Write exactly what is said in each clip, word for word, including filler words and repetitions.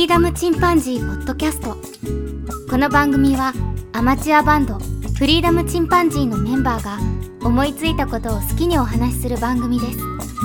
ダムチンパンジーポッドキャスト。この番組はアマチュアバンドフリーダムチンパンジーのメンバーが思いついたことを好きにお話しする番組です。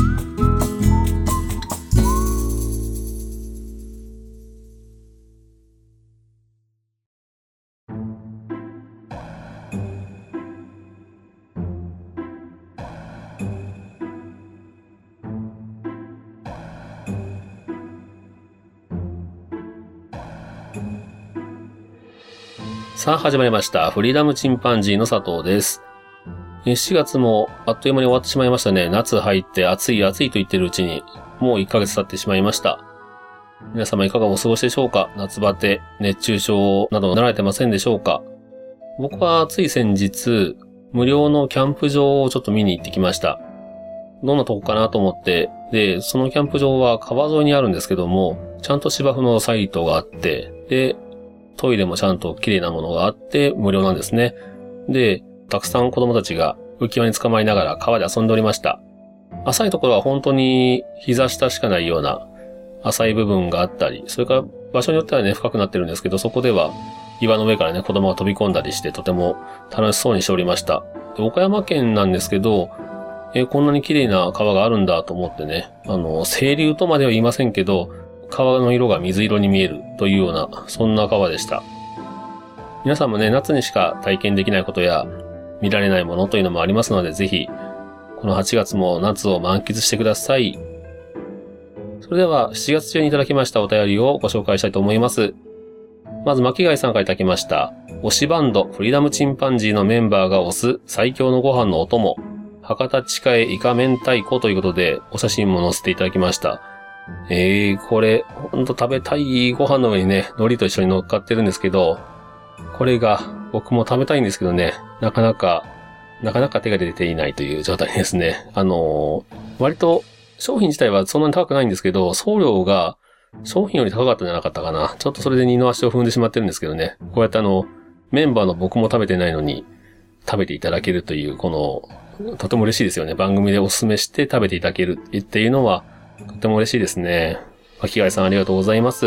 さあ始まりました。フリーダムチンパンジーの佐藤です。しちがつもあっという間に終わってしまいましたね。夏入って暑い暑いと言ってるうちにもういっかげつ経ってしまいました。皆様いかがお過ごしでしょうか？夏バテ、熱中症などなられてませんでしょうか？僕はつい先日、無料のキャンプ場をちょっと見に行ってきました。どんなとこかなと思って、で、そのキャンプ場は川沿いにあるんですけども、ちゃんと芝生のサイトがあって、で、トイレもちゃんと綺麗なものがあって無料なんですね。で、たくさん子供たちが浮き輪に捕まりながら川で遊んでおりました。浅いところは本当に膝下しかないような浅い部分があったり、それから場所によってはね深くなってるんですけど、そこでは岩の上からね子供が飛び込んだりしてとても楽しそうにしておりました。で、岡山県なんですけど、えこんなに綺麗な川があるんだと思ってね、あの清流とまでは言いませんけど、川の色が水色に見えるというような、そんな川でした。皆さんもね、夏にしか体験できないことや見られないものというのもありますので、ぜひ、このはちがつも夏を満喫してください。それでは、しちがつ中にいただきましたお便りをご紹介したいと思います。まず、巻貝さんからいただきました。推しバンド、フリーダムチンパンジーのメンバーが推す最強のご飯のお供、博多地下へイカ明太子ということで、お写真も載せていただきました。えー、これ、ほんと食べたいご飯の上にね、海苔と一緒に乗っかってるんですけど、これが僕も食べたいんですけどね、なかなか、なかなか手が出ていないという状態ですね。あのー、割と商品自体はそんなに高くないんですけど、送料が商品より高かったんじゃなかったかな。ちょっとそれで二の足を踏んでしまってるんですけどね。こうやってあの、メンバーの僕も食べてないのに食べていただけるという、この、とても嬉しいですよね。番組でお勧めして食べていただけるっていうのは、とても嬉しいですね。巻貝さんありがとうございます。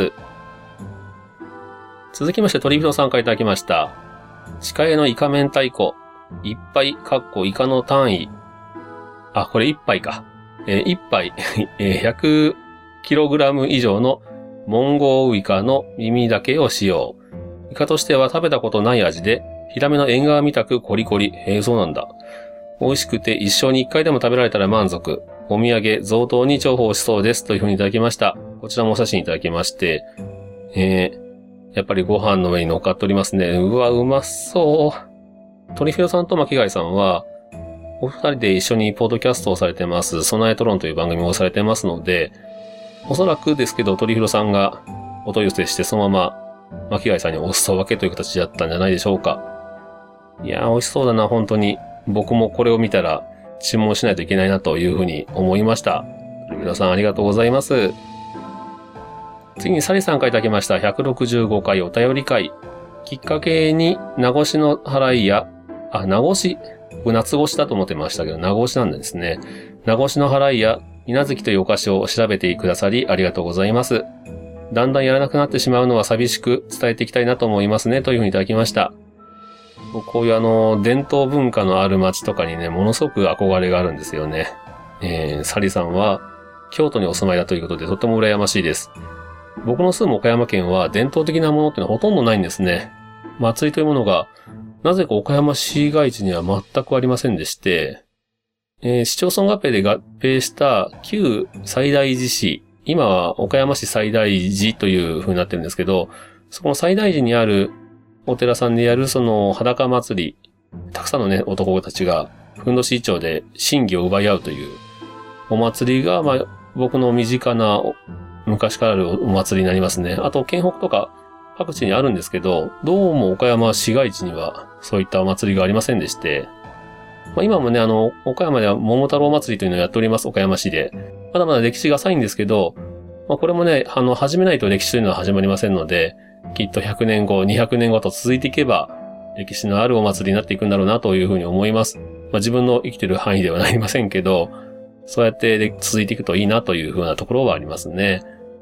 続きまして鳥人さんからいただきました。地下へのイカ明太子。一杯、かっこイカの単位。あ、これ一杯か。えー、一杯、えー、ひゃくキログラム 以上のモンゴウイカの耳だけを使用。イカとしては食べたことない味で、ヒラメの縁側みたくコリコリ。へえ、そうなんだ。美味しくて一生に一回でも食べられたら満足。お土産、贈答に重宝しそうです。というふうにいただきました。こちらもお写真いただきまして、えー、やっぱりご飯の上に乗っかっておりますね。うわ、うまそう。鳥広さんと巻貝さんは、お二人で一緒にポッドキャストをされてます、ソナエトロンという番組をされてますので、おそらくですけど、鳥広さんがお問い寄せしてそのまま巻貝さんにお裾分けという形だったんじゃないでしょうか。いやー、美味しそうだな、本当に。僕もこれを見たら、注文しないといけないなというふうに思いました。皆さんありがとうございます。次にサリさんからいただきましたひゃくろくじゅうごかいお便り会。きっかけに名越しの払いや、あ、名越し、夏越しだと思ってましたけど、名越しなんですね。名越しの払いや、稲月というお菓子を調べてくださりありがとうございます。だんだんやらなくなってしまうのは寂しく伝えていきたいなと思いますね、というふうにいただきました。こういうあの、伝統文化のある街とかにね、ものすごく憧れがあるんですよね。えー、サリさんは、京都にお住まいだということで、とても羨ましいです。僕の住む岡山県は、伝統的なものってのはほとんどないんですね。祭りというものが、なぜか岡山市街地には全くありませんでして、えー、市町村合併で合併した旧西大寺市、今は岡山市西大寺という風になってるんですけど、そこの西大寺にある、お寺さんでやるその裸祭り、たくさんのね、男たちが、ふんどし一丁で神器を奪い合うというお祭りが、まあ、僕の身近な昔からあるお祭りになりますね。あと、県北とか各地にあるんですけど、どうも岡山市街地にはそういったお祭りがありませんでして、まあ、今もね、あの、岡山では桃太郎祭りというのをやっております、岡山市で。まだまだ歴史が浅いんですけど、まあ、これもね、あの、始めないと歴史というのは始まりませんので、きっとひゃくねんご、にひゃくねんごと続いていけば、歴史のあるお祭りになっていくんだろうなというふうに思います。まあ、自分の生きてる範囲ではなりませんけど、そうやって続いていくといいなというふうなところはありますね。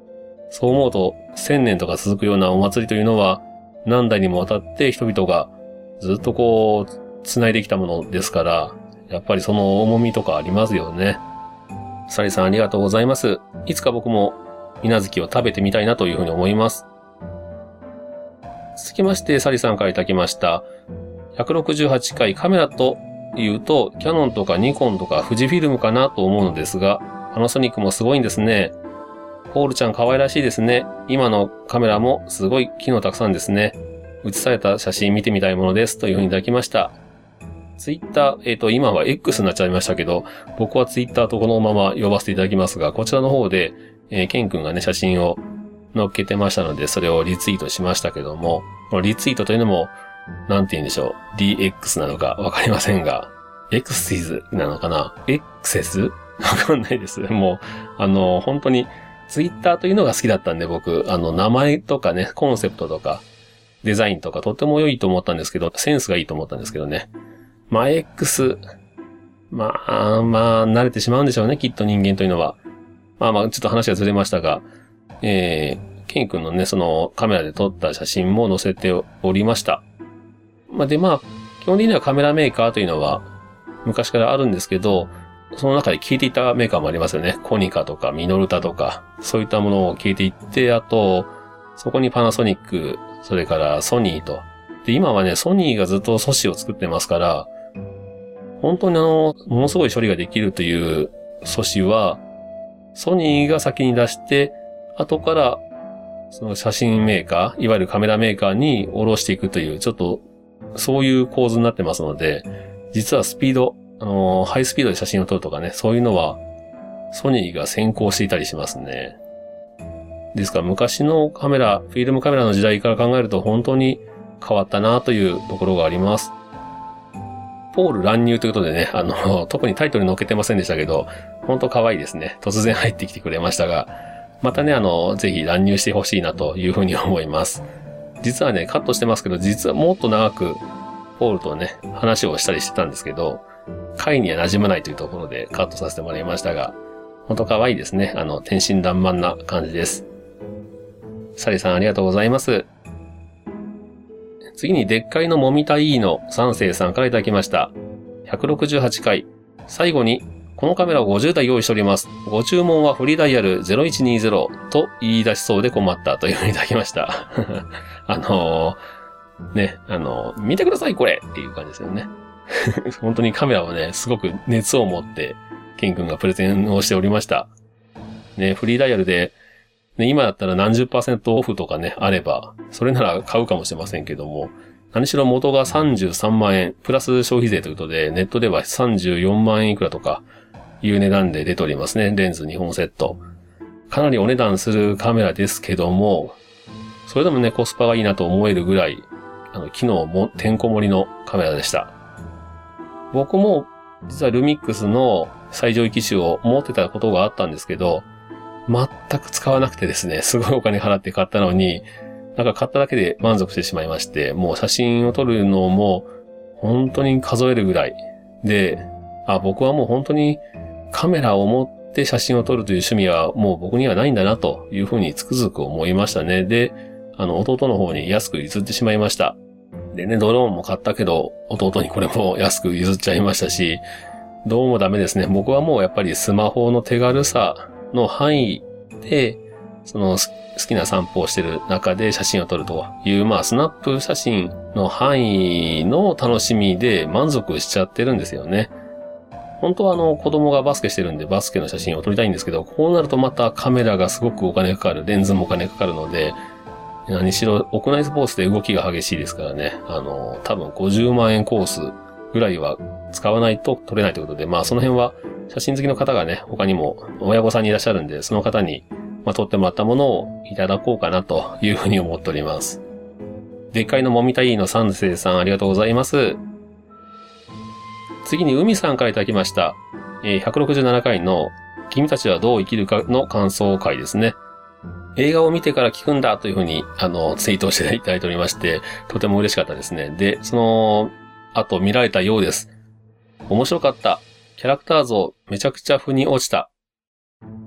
そう思うと千年とか続くようなお祭りというのは何代にもわたって人々がずっとこう繋いできたものですから、やっぱりその重みとかありますよね。サリさんありがとうございます。いつか僕も水無月を食べてみたいなというふうに思います。続きましてサリさんからいただきました。ひゃくろくじゅうはちかいカメラというとキヤノンとかニコンとか富士フィルムかなと思うのですが、パナソニックもすごいんですね。ポールちゃん可愛らしいですね。今のカメラもすごい機能たくさんですね。写された写真見てみたいものですというふうにいただきました。ツイッター、えっと、今は X になっちゃいましたけど、僕はツイッターとこのまま呼ばせていただきますが、こちらの方で、えー、ケン君がね、写真を載っけてましたので、それをリツイートしましたけども、このリツイートというのも、なんて言うんでしょう、ディーエックス なのかわかりませんが、エクシズなのかな ?エクセスわかんないです。もう、あの、本当に、ツイッターというのが好きだったんで、僕、あの、名前とかね、コンセプトとか、デザインとかとても良いと思ったんですけど、センスがいいと思ったんですけどね。まあ、X、まあ、まあ、慣れてしまうんでしょうね、きっと人間というのは。まあまあ、ちょっと話がずれましたが、えー、ケン君のね、そのカメラで撮った写真も載せておりました。まあ、で、まあ、基本的にはカメラメーカーというのは昔からあるんですけど、その中で消えていたメーカーもありますよね。コニカとかミノルタとか、そういったものを消えていって、あと、そこにパナソニック、それからソニーと。で、今はね、ソニーがずっと素子を作ってますから、本当にあの、ものすごい処理ができるという素子は、ソニーが先に出して、後から、その写真メーカー、いわゆるカメラメーカーに下ろしていくという、ちょっと、そういう構図になってますので、実はスピード、あの、ハイスピードで写真を撮るとかね、そういうのは、ソニーが先行していたりしますね。ですから昔のカメラ、フィルムカメラの時代から考えると本当に変わったなというところがあります。ポール乱入ということでね、あの、特にタイトル載っけてませんでしたけど、本当可愛いですね。突然入ってきてくれましたが、またね、あの、ぜひ乱入してほしいなというふうに思います。実はね、カットしてますけど、実はもっと長く、ポールとね、話をしたりしてたんですけど、回には馴染まないというところでカットさせてもらいましたが、本当可愛いですね。あの、天真爛漫な感じです。サリさんありがとうございます。次に、でっかいのもみたいの三世さんからいただきました。ひゃくろくじゅうはちかい。最後に、このカメラをごじゅうだい用意しております。ご注文はフリーダイヤルゼロいちにゼロと言い出しそうで困ったというふうにいただきました。あのー、ね、あのー、見てくださいこれっていう感じですよね。本当にカメラをね、すごく熱を持って、ケン君がプレゼンをしておりました。ね、フリーダイヤルで、ね、今だったら何十パーセントオフとかね、あれば、それなら買うかもしれませんけども、何しろ元がさんじゅうさんまんえん、プラス消費税ということで、ネットではさんじゅうよんまんえんいくらとか、いう値段で出ておりますね。レンズにほんセット。かなりお値段するカメラですけども、それでもね、コスパがいいなと思えるぐらい、あの、機能もてんこ盛りのカメラでした。僕も、実はルミックスの最上位機種を持ってたことがあったんですけど、全く使わなくてですね、すごいお金払って買ったのに、なんか買っただけで満足してしまいまして、もう写真を撮るのも本当に数えるぐらいで、あ、僕はもう本当にカメラを持って写真を撮るという趣味はもう僕にはないんだなというふうにつくづく思いましたね。で、あの弟の方に安く譲ってしまいました。でね、ドローンも買ったけど、弟にこれも安く譲っちゃいましたし、どうもダメですね。僕はもうやっぱりスマホの手軽さの範囲で、その好きな散歩をしてる中で写真を撮るという、まあスナップ写真の範囲の楽しみで満足しちゃってるんですよね。本当はあの子供がバスケしてるんでバスケの写真を撮りたいんですけど、こうなるとまたカメラがすごくお金かかる、レンズもお金かかるので、何しろ屋内スポーツで動きが激しいですからね、あの、多分ごじゅうまんえんコースぐらいは使わないと撮れないということで、まあその辺は写真好きの方がね、他にも親御さんにいらっしゃるんで、その方にまあ、撮ってもらったものをいただこうかなというふうに思っております。でっかいのもみたいの三世さんありがとうございます。次に海さんからいただきました。えー、ひゃくろくじゅうななかいの君たちはどう生きるかの感想会ですね。映画を見てから聞くんだというふうにあのツイートしていただいておりまして、とても嬉しかったですね。で、その後見られたようです。面白かった。キャラクター像めちゃくちゃ腑に落ちた。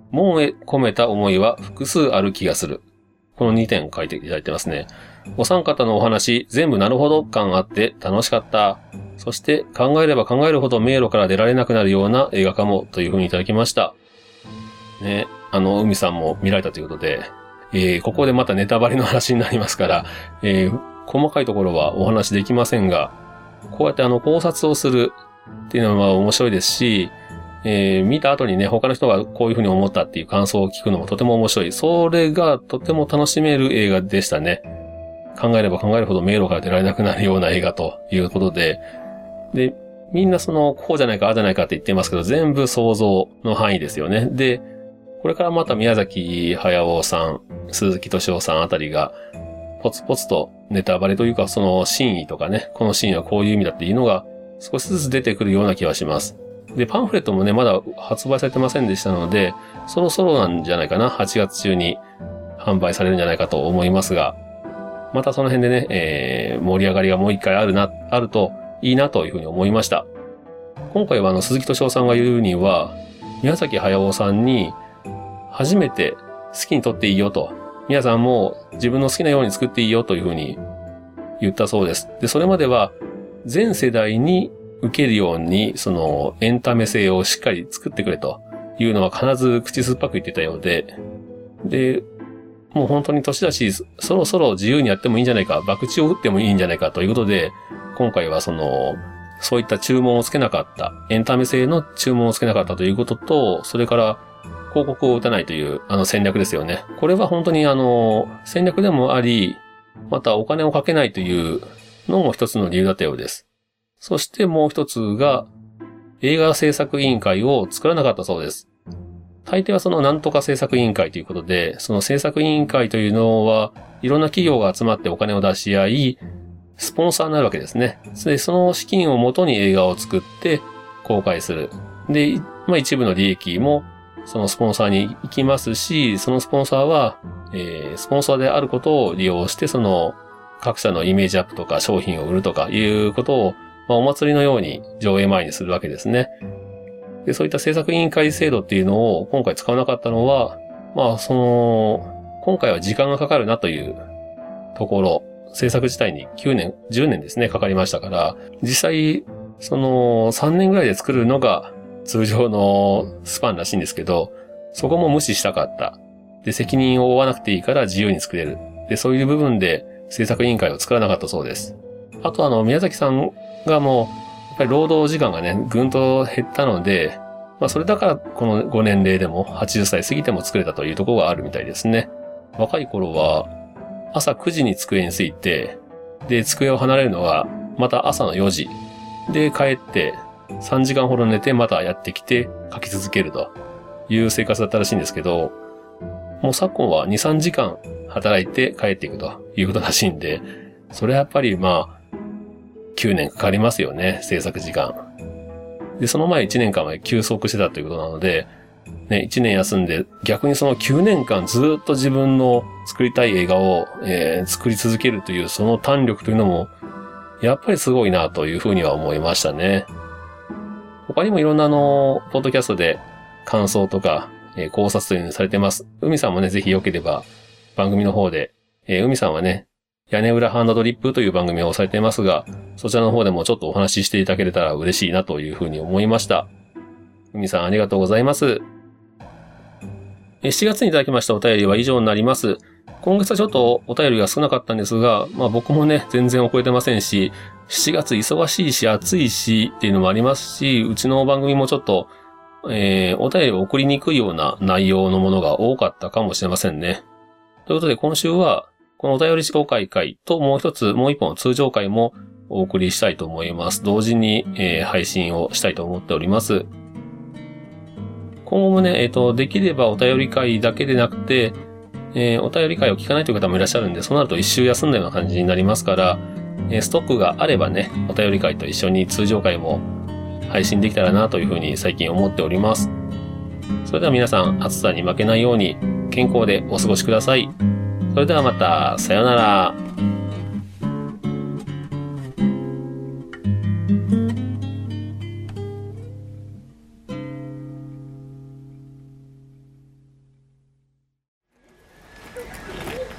門へ込めた思いは複数ある気がする。このにてん書いていただいてますね。お三方のお話、全部なるほど感あって楽しかった。そして考えれば考えるほど迷路から出られなくなるような映画かもというふうにいただきました。ね、あの、海さんも見られたということで、えー、ここでまたネタバレの話になりますから、えー、細かいところはお話できませんが、こうやってあの考察をするっていうのは面白いですし、えー、見た後にね、他の人がこういうふうに思ったっていう感想を聞くのもとても面白い。それがとても楽しめる映画でしたね。考えれば考えるほど迷路から出られなくなるような映画ということで、で、みんなその、こうじゃないか、ああじゃないかって言ってますけど、全部想像の範囲ですよね。で、これからまた宮崎駿さん、鈴木敏夫さんあたりが、ポツポツとネタバレというか、その真意とかね、このシーンはこういう意味だっていうのが少しずつ出てくるような気がします。で、パンフレットもね、まだ発売されてませんでしたので、そろそろなんじゃないかな、はちがつ中に販売されるんじゃないかと思いますが、またその辺でね、えー、盛り上がりがもう一回あるな、あるといいなというふうに思いました。今回はあの、鈴木敏夫さんが言うには、宮崎駿さんに、初めて好きに撮っていいよと。皆さんも自分の好きなように作っていいよというふうに言ったそうです。で、それまでは全世代に受けるように、そのエンタメ性をしっかり作ってくれというのは必ず口酸っぱく言ってたようで、で、もう本当に年だし、そろそろ自由にやってもいいんじゃないか、博打を打ってもいいんじゃないかということで、今回はその、そういった注文をつけなかった、エンタメ性の注文をつけなかったということと、それから広告を打たないというあの戦略ですよね。これは本当にあの、戦略でもあり、またお金をかけないというのも一つの理由だったようです。そしてもう一つが、映画制作委員会を作らなかったそうです。大抵はそのなんとか制作委員会ということで、その制作委員会というのはいろんな企業が集まってお金を出し合い、スポンサーになるわけですね。で、その資金をもとに映画を作って公開する。で、まあ一部の利益もそのスポンサーに行きますし、そのスポンサーは、えー、スポンサーであることを利用して、その各社のイメージアップとか商品を売るとかいうことを、まあお祭りのように上映前にするわけですね。で、そういった制作委員会制度っていうのを今回使わなかったのは、まあその、今回は時間がかかるなというところ、制作自体にきゅうねん、じゅうねんですね、かかりましたから、実際、そのさんねんぐらいで作るのが通常のスパンらしいんですけど、そこも無視したかった。で、責任を負わなくていいから自由に作れる。で、そういう部分で制作委員会を作らなかったそうです。あとあの、宮崎さんがもう、やっぱり労働時間がね、ぐんと減ったので、まあそれだからこのご年齢でもはちじゅっさい過ぎても作れたというところがあるみたいですね。若い頃は朝くじに机に着いて、で、机を離れるのがまた朝のよじ。で、帰ってさんじかんほど寝てまたやってきて書き続けるという生活だったらしいんですけど、もう昨今はに、さんじかん働いて帰っていくということらしいんで、それはやっぱりまあ、きゅうねんかかりますよね、制作時間。で、その前いちねんかんは休息してたということなので、ね、いちねん休んで、逆にそのきゅうねんかんずっと自分の作りたい映画を、えー、作り続けるというその胆力というのも、やっぱりすごいなというふうには思いましたね。他にもいろんなあの、ポッドキャストで感想とか、えー、考察というのをされてます。海さんもね、ぜひ良ければ番組の方で、えー、海さんはね、屋根裏ハンドドリップという番組をされていますが、そちらの方でもちょっとお話ししていただけれたら嬉しいなというふうに思いました。海さんありがとうございます。しちがつにいただきましたお便りは以上になります。今月はちょっとお便りが少なかったんですが、まあ僕もね、全然遅れてませんし、しちがつ忙しいし暑いしっていうのもありますし、うちの番組もちょっと、えー、お便りを送りにくいような内容のものが多かったかもしれませんね。ということで今週は、このお便り紹介会ともう一つ、もう一本通常会もお送りしたいと思います。同時に、えー、配信をしたいと思っております。今後もね、えっと、できればお便り会だけでなくて、えー、お便り会を聞かないという方もいらっしゃるんで、そうなると一周休んだような感じになりますから、えー、ストックがあればね、お便り会と一緒に通常会も配信できたらなというふうに最近思っております。それでは皆さん、暑さに負けないように健康でお過ごしください。それではまた、さようなら。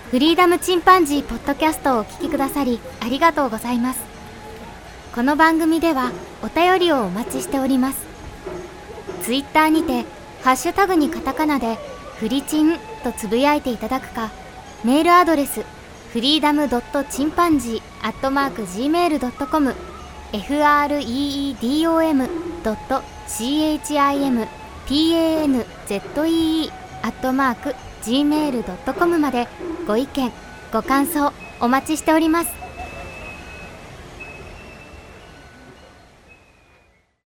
フリーダムチンパンジーポッドキャストをお聞きくださりありがとうございます。この番組ではお便りをお待ちしております。ツイッターにてハッシュタグにカタカナでフリチンとつぶやいていただくか、メールアドレスフリーダムドットチンパンジーアットマークジーメールドットコム フリーダムドットチンパンジーアットマークジーメールドットコムまでご意見ご感想お待ちしております。